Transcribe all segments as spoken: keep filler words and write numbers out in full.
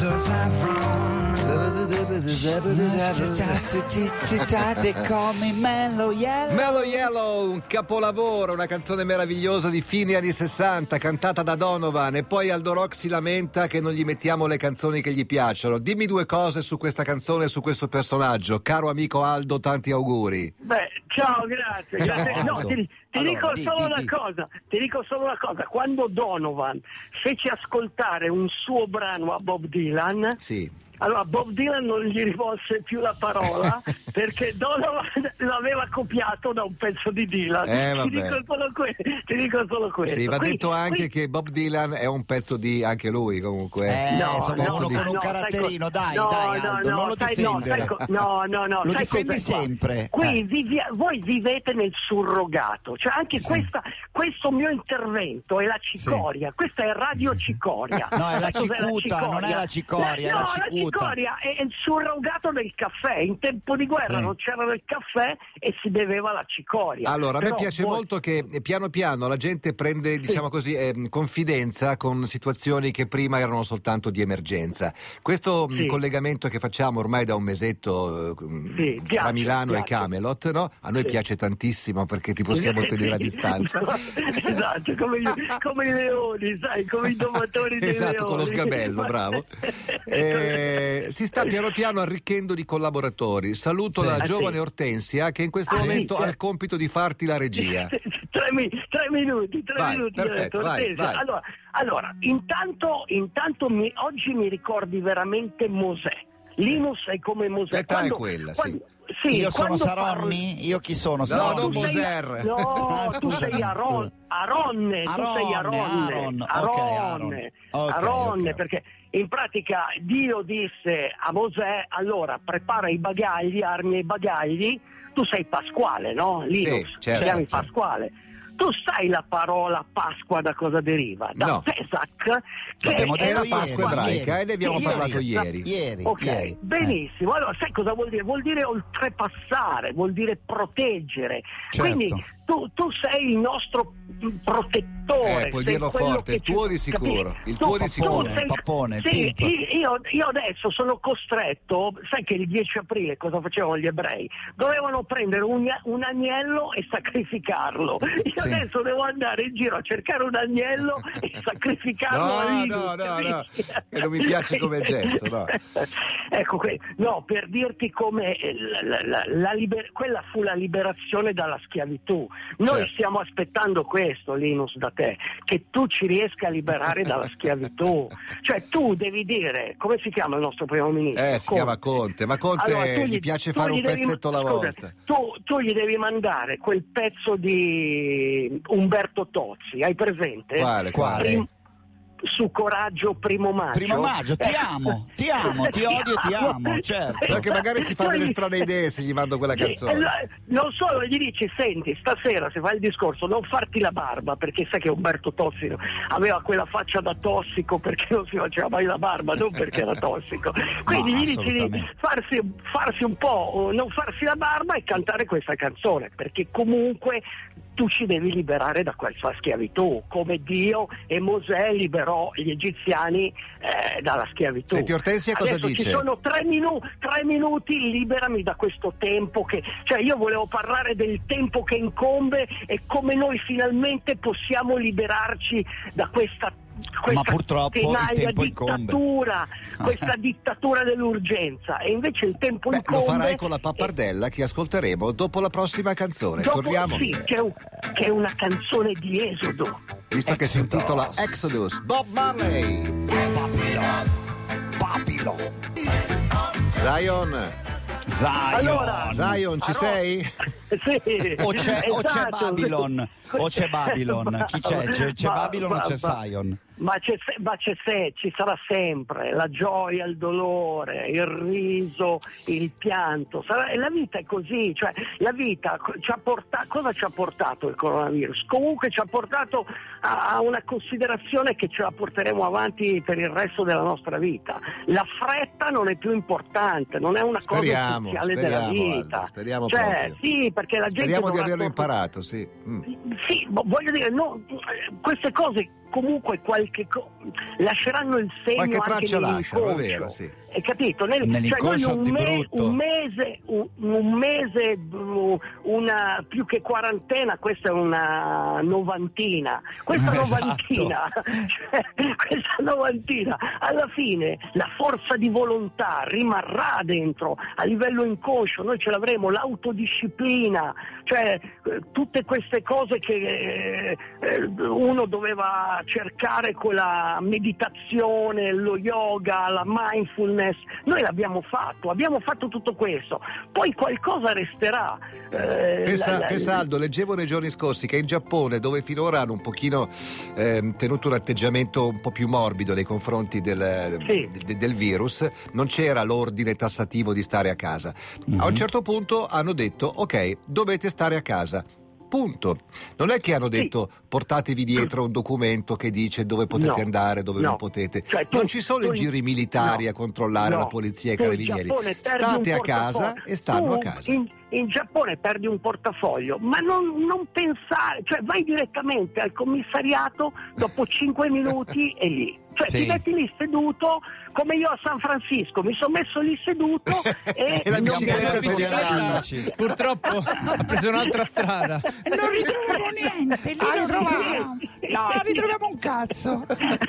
Mellow Yellow. Mellow Yellow, un capolavoro, una canzone meravigliosa di fine anni sessanta, cantata da Donovan, e poi Aldo Rock si lamenta che non gli mettiamo le canzoni che gli piacciono. Dimmi due cose su questa canzone e su questo personaggio. Caro amico Aldo, tanti auguri. Beh, ciao, grazie. grazie. No, ti, ti allora, dico di, solo di, una di. cosa, ti dico solo una cosa. Quando Donovan fece ascoltare un suo brano a Bob Dylan, sì. Allora Bob Dylan non gli rivolse più la parola perché Donovan l'aveva copiato da un pezzo di Dylan. Eh, ti, dico solo que- ti dico solo questo. Sì, va qui, detto anche qui... che Bob Dylan è un pezzo di anche lui comunque. Eh, no, insomma, no, uno no, con un no, caratterino, dai, no, dai, no, Aldo, no, non lo sai, difendere. No, sai, no, no, no. Lo sai difendi cos'è qua? sempre. Qui eh. vivi, voi vivete nel surrogato, cioè anche sì. questa, questo mio intervento è la cicoria, sì. Questa è Radio Cicoria. No, è la Cos'è cicuta, la non è la cicoria, no, è la cicuta. La cicoria è il surrogato del caffè. In tempo di guerra sì. non c'era il caffè e si beveva la cicoria. Allora, a Però me piace voi... molto che piano piano la gente prende, diciamo sì. così, eh, confidenza con situazioni che prima erano soltanto di emergenza. Questo sì. mh, collegamento che facciamo ormai da un mesetto mh, sì, tra piace, Milano piace. e Camelot, no? A noi sì. piace tantissimo perché ti possiamo tenere a distanza. Esatto, come, gli, come i leoni, sai, come i domatori dei esatto, leoni. con lo sgabello, bravo. Eh, si sta piano piano arricchendo di collaboratori. Saluto sì. la Ah, giovane sì. Ortensia che in questo Ah, momento sì, ha sì. il compito di farti la regia. tre, mi- tre minuti, tre Vai, minuti. perfetto, vai, vai. Allora, allora intanto, intanto mi, oggi mi ricordi veramente Mosè. Linus è come Mosè. L'età quando, è quella, quando, sì. sì. Io sono quando Saronni? parli... Io chi sono? No, Saronni? non tu sei- Moser. No, Ah, tu scusami, sei Aron, scusa. Aronne, tu sei Aronne, Aronne, Aaron, ok, Aronne, Aaron. Ok, Aronne, ok. perché in pratica Dio disse a Mosè: allora prepara i bagagli, armi e bagagli. Tu sei Pasquale, no? Linus, Sì, certo. ti chiami Certo. Pasquale. Tu sai la parola Pasqua da cosa deriva? Da No. Pesach, che L'abbiamo è detto la la Pasqua ieri, ebraica ieri. e ne abbiamo Ieri. parlato ieri. Ieri, Ok, ieri. benissimo. Allora, sai cosa vuol dire? Vuol dire oltrepassare, vuol dire proteggere. Certo. Quindi tu, tu sei il nostro protettore. Eh, puoi sei dirlo quello forte, che il tuo ci- di sicuro, capisci? il Tu- tuo di tu sicuro. sei- Pappone, il sì, pimp. io, io adesso sono costretto, sai che il dieci aprile cosa facevano gli ebrei? Dovevano prendere un, un agnello e sacrificarlo. Io Sì. adesso devo andare in giro a cercare un agnello e sacrificarlo No, a Linus, no, no, no, capisci? che non mi piace come gesto, no. Ecco, que- no, per dirti come eh, la, la, la liber- quella fu la liberazione dalla schiavitù. Noi Certo. stiamo aspettando questo, Linus, da te, che tu ci riesca a liberare dalla schiavitù. Cioè tu devi dire, come si chiama il nostro primo ministro? Eh, si chiama Conte, ma Conte Allora, tu gli piace tu fare un gli devi- pezzetto alla scusa, volta. Tu, tu gli devi mandare quel pezzo di Umberto Tozzi, hai presente? Quale, quale? Prim- su Coraggio Primo Maggio. Primo maggio, ti Eh, amo, ti amo, ti odio e ti amo, certo. Perché magari si fa Poi- delle strane idee se gli mando quella Sì, canzone. eh, non solo, gli dici: senti, stasera se fai il discorso non farti la barba, perché sai che Umberto Tozzi aveva quella faccia da tossico perché non si faceva mai la barba, non perché era tossico. Quindi No, gli dici di assolutamente. farsi, farsi un po', non farsi la barba e cantare questa canzone, perché comunque tu ci devi liberare da questa schiavitù, come Dio e Mosè liberò gli egiziani eh, dalla schiavitù. Senti, Ortensia cosa Adesso dice? Ci sono tre, minu- tre minuti, liberami da questo tempo che, cioè io volevo parlare del tempo che incombe e come noi finalmente possiamo liberarci da questa questa Ma purtroppo il tenaglia tempo incombe. dittatura, questa dittatura dell'urgenza, e invece il tempo Beh, incombe. lo farai con la e- pappardella che ascolteremo dopo la prossima canzone. dopo- Torniamo, sì, che è, un- che è una canzone di Esodo. visto che si Exodus. intitola Exodus. Bob Marley, Babylon. Zion, Zion. Allora, Zion, ci Aro- sei? Sì, O c'è, o c'è esatto. Babylon, o c'è Babylon. Chi c'è? C'è, c'è Ma- Babylon o ma- c'è ma- Zion? Ma c'è, se- ma c'è se, ci sarà sempre la gioia, il dolore, il riso, il pianto. Sarà, e la vita è così, cioè la vita co- ci ha portato, cosa ci ha portato il coronavirus? Comunque ci ha portato a, a una considerazione che ce la porteremo avanti per il resto della nostra vita. La fretta non è più importante, non è una Speriamo, cosa essenziale speriamo, della vita. Aldo, speriamo cioè, proprio. sì, perché la gente Speriamo di dovrà averlo tornare- imparato, sì. Mm. sì, ma voglio dire, no, queste cose comunque qualche co- lasceranno il segno qualche anche traccia lasciano, è nell'inconscio. vero, sì. Hai capito? Nel, Nell'inconscio cioè noi di un, me- brutto. un mese, un, un mese, una più che quarantena, questa è una novantina. Questa Esatto. novantina, cioè, questa novantina, alla fine la forza di volontà rimarrà dentro a livello inconscio, noi ce l'avremo, l'autodisciplina, cioè eh, tutte queste cose che eh, eh, uno doveva cercare con la meditazione, lo yoga, la mindfulness. Noi l'abbiamo fatto, abbiamo fatto tutto questo, poi qualcosa resterà. Eh, Pensa, la, la, pensa Aldo, leggevo nei giorni scorsi che in Giappone, dove finora hanno un pochino eh, tenuto un atteggiamento un po' più morbido nei confronti del, Sì. de, del virus, non c'era l'ordine tassativo di stare a casa. Mm-hmm. A un certo punto hanno detto ok, dovete stare a casa. Punto. Non è che hanno detto portatevi dietro un documento che dice dove potete No, andare, dove no. non potete. Cioè, tu- non ci sono tu- i giri militari no, a controllare no. la polizia e i Tu in carabinieri. Giappone perdi State un a casa portafoglio. e stanno Tu a casa. In, in Giappone perdi un portafoglio, ma non, non pensare, cioè vai direttamente al commissariato dopo cinque minuti e lì. Cioè Sì. ti metti lì seduto, come io a San Francisco, mi sono messo lì seduto e, E la non mi bicicletta hanno si è detto andata. niente. Purtroppo ha preso un'altra strada. Non ritroviamo niente, lì non ritroviamo. No, ritroviamo un cazzo.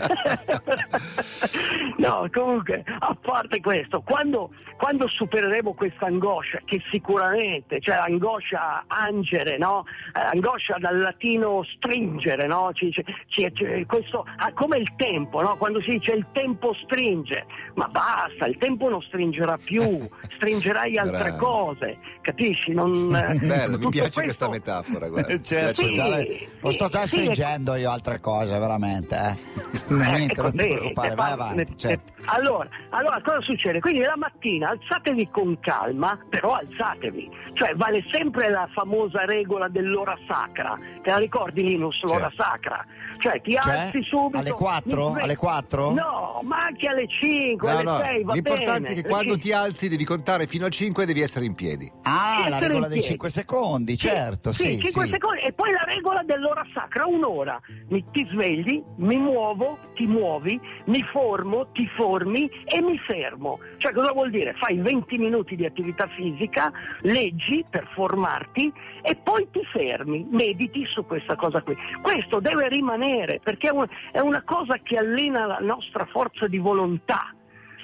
No, comunque, a parte questo, quando, quando supereremo questa angoscia, che sicuramente, cioè angoscia angere, no? Eh, angoscia dal latino stringere, no? Ci, ci, ci, ci- questo, ah, come il tempo, no? Quando si dice il tempo stringe, ma basta, il tempo non stringerà più, stringerai altre Bravo. cose, capisci? Non, eh, Bello, mi tutto piace questo- questa metafora, guarda. Certo, Sì, già le- lo sto già sì, stringendo io altre cose, veramente. Eh. Niente, Ecco, non ti sì, preoccupare, ne vai parlo- avanti. ne- Certo. ne- Allora, allora, cosa succede? Quindi la mattina alzatevi con calma, però alzatevi. Cioè vale sempre la famosa regola dell'ora sacra. Te la ricordi, Linus, l'ora Certo. sacra? Cioè ti Cioè? alzi subito. Alle quattro? mi sve- Alle quattro? No, ma anche alle cinque, No, alle no, sei, va l'importante bene. è che quando Perché- ti alzi devi contare fino a cinque e devi essere in piedi. Ah, la essere regola in dei piedi. cinque secondi, certo, sì, cinque sì. secondi, e poi la regola dell'ora sacra, un'ora. Mi, ti svegli, mi muovo, ti muovi, mi formo, ti formi e mi fermo. Cioè cosa vuol dire? Fai venti minuti di attività fisica, leggi per formarti e poi ti fermi, mediti su questa cosa qui. Questo deve rimanere perché è, un- è una cosa che allena la nostra forza di volontà.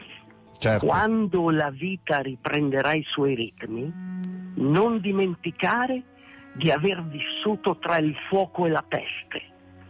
Certo. Quando la vita riprenderà i suoi ritmi, non dimenticare di aver vissuto tra il fuoco e la peste.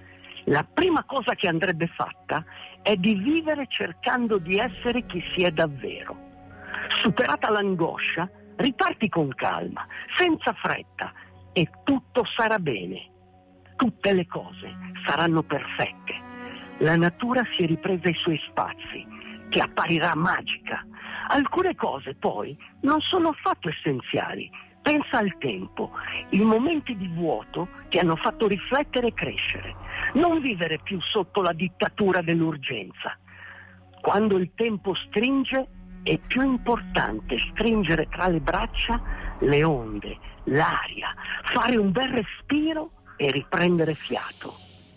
La prima cosa che andrebbe fatta è di vivere cercando di essere chi si è davvero. Superata l'angoscia, riparti con calma, senza fretta, e tutto sarà bene. Tutte le cose saranno perfette. La natura si è ripresa i suoi spazi, che apparirà magica. Alcune cose poi non sono affatto essenziali. Pensa al tempo, i momenti di vuoto ti hanno fatto riflettere e crescere. Non vivere più sotto la dittatura dell'urgenza. Quando il tempo stringe, è più importante stringere tra le braccia le onde, l'aria, fare un bel respiro e riprendere fiato.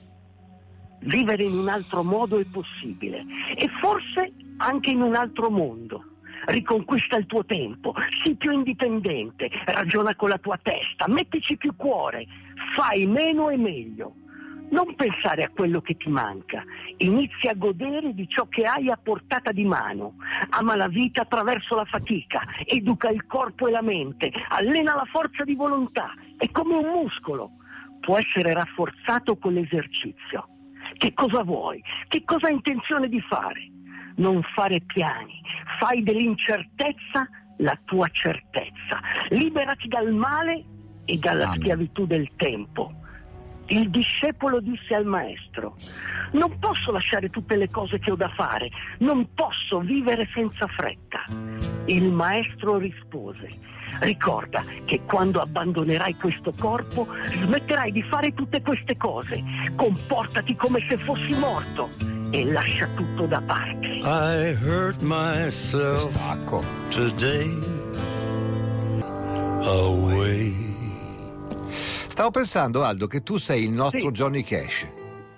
Vivere in un altro modo è possibile e forse anche in un altro mondo. Riconquista il tuo tempo, sii più indipendente, ragiona con la tua testa, mettici più cuore, fai meno e meglio. Non pensare a quello che ti manca, inizia a godere di ciò che hai a portata di mano. Ama la vita attraverso la fatica, educa il corpo e la mente, allena la forza di volontà, è come un muscolo, può essere rafforzato con l'esercizio. Che cosa vuoi? Che cosa hai intenzione di fare? Non fare piani, fai dell'incertezza la tua certezza. Liberati dal male e dalla Amen. schiavitù del tempo. Il discepolo disse al maestro: non posso lasciare tutte le cose che ho da fare, non posso vivere senza fretta. Il maestro rispose: ricorda che quando abbandonerai questo corpo smetterai di fare tutte queste cose, comportati come se fossi morto e lascia tutto da parte. I hurt myself Stacco. today away. Stavo pensando, Aldo, che tu sei il nostro Sì. Johnny Cash.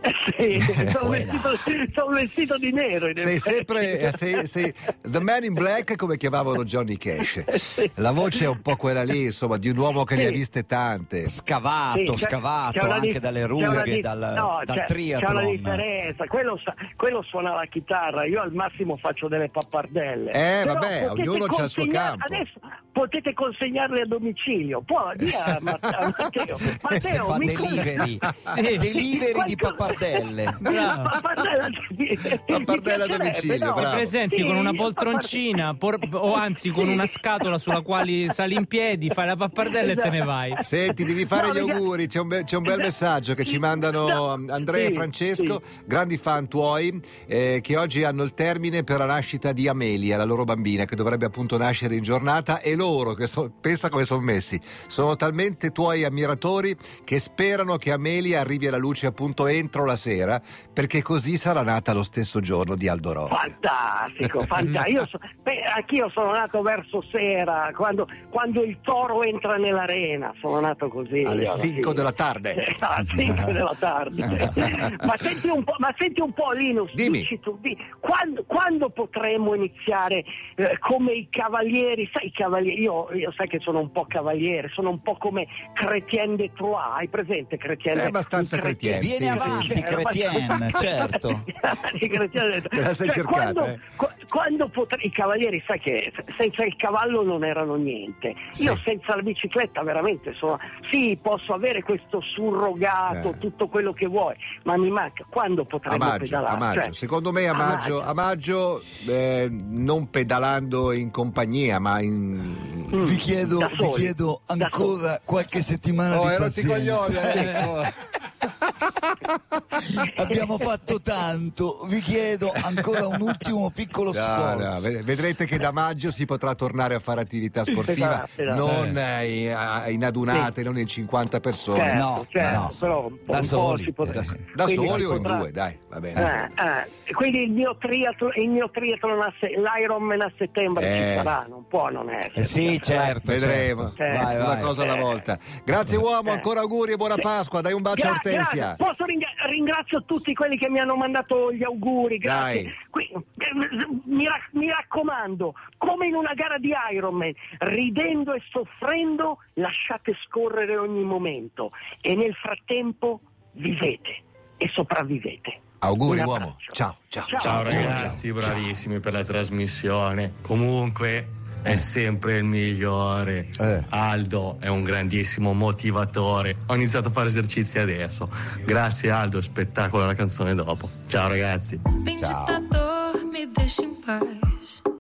Sì, sono, vestito, sono vestito di nero. In sei effetti. sempre sei, sei The Man in Black, come chiamavano Johnny Cash. La voce è un po' quella lì, insomma, di un uomo che Sì. ne ha viste tante. Scavato, Sì, c'è- scavato c'è una anche dif- dalle c'è rughe, una dif- dal, no, dal c'è, triathlon. c'è una differenza, quello, sa- quello suona la chitarra, io al massimo faccio delle pappardelle. Eh, Però vabbè, potete ognuno c'ha il suo consegnar- campo. Adesso potete consegnarli a domicilio, può dire a, Ma- a Matteo, Se, Matteo se fa mi delivery, Sì. delivery di Quanto- pappardelle. La pappardella, Pappardella a domicilio, bravo. Ti presenti Sì, con una io poltroncina por- o anzi con una scatola sulla quale sali in piedi, fai la pappardella e te ne vai. Senti, devi fare No, gli ragazzi- auguri, c'è un, be- c'è un bel messaggio che ci mandano No, Andrea e sì, Francesco, sì. grandi fan tuoi, eh, che oggi hanno il termine per la nascita di Amelia, la loro bambina, che dovrebbe appunto nascere in giornata, e loro, che so- pensa come sono messi, sono talmente tuoi ammiratori che sperano che Amelia arrivi alla luce appunto entro la sera, perché così sarà nata lo stesso giorno di Aldo Rock. Fantastico, fantastico. Io so- beh, anch'io sono nato verso sera, quando, quando il toro entra nell'arena, sono nato così. Alle io, cinque sì. della tarde. Eh, alle cinque della tarde. ma, senti un po', ma senti un po', Linus, Dimmi. dici tu, di- quando, quando potremo iniziare eh, come i cavalieri, sai i cavalieri, io, io sai che sono un po' cavaliere, sono un po' come Chrétien de Troyes, hai presente Chrétien? È abbastanza un Chrétien? Chrétien, Vieni sì, avanti, sì, sì. Chrétien, certo. Di Chrétien de Troyes. Te la sei Cioè, cercata, quando, eh? qu- quando potre- i cavalieri, sai che senza il cavallo non erano niente. Sì. Io senza la bicicletta veramente sono, sì, posso avere questo surrogato, Eh. tutto quello che vuoi, ma mi manca quando A potremo maggio, pedalare. a maggio. Cioè, Secondo me a a maggio, maggio. a maggio eh, non pedalando in compagnia, ma in... Mm, Vi chiedo, da vi soli, chiedo da ancora qualche settimana Oh, di ero ti pazienza. coglioni, ecco. Abbiamo fatto tanto, vi chiedo ancora un ultimo piccolo No, sforzo. no, ved- vedrete che da maggio si potrà tornare a fare attività sportiva, Esatto, esatto. non eh, in- in adunate, non in cinquanta persone. Certo, No, certo, no. però un po', Da un po' soli. si potrà- Da- Da quindi soli si o in potrà- due, dai, va bene. Eh, eh. Quindi il mio triathlon, il mio triathlon a se- l'Ironman a settembre Eh. ci sarà, non può non essere. Eh sì, certo. Vedremo, certo. Vai, una vai. cosa alla Eh. volta. Grazie uomo, Eh. ancora auguri e buona Pasqua, dai un bacio a Gra- Ortensia. grazie. Posso ringra- ringrazio tutti quelli che mi hanno mandato gli auguri, grazie. Dai. Qui- eh, mi, rac- mi raccomando, come in una gara di Ironman, ridendo e soffrendo, lasciate scorrere ogni momento e nel frattempo vivete e sopravvivete. Auguri Un uomo, abbraccio. ciao, ciao. Ciao. Ciao ragazzi, bravissimi per la trasmissione. Comunque è sempre il migliore. Eh. Aldo è un grandissimo motivatore. Ho iniziato a fare esercizi adesso. Grazie Aldo, spettacolo la canzone dopo. Ciao ragazzi. Bendita dor, me deixa em paz.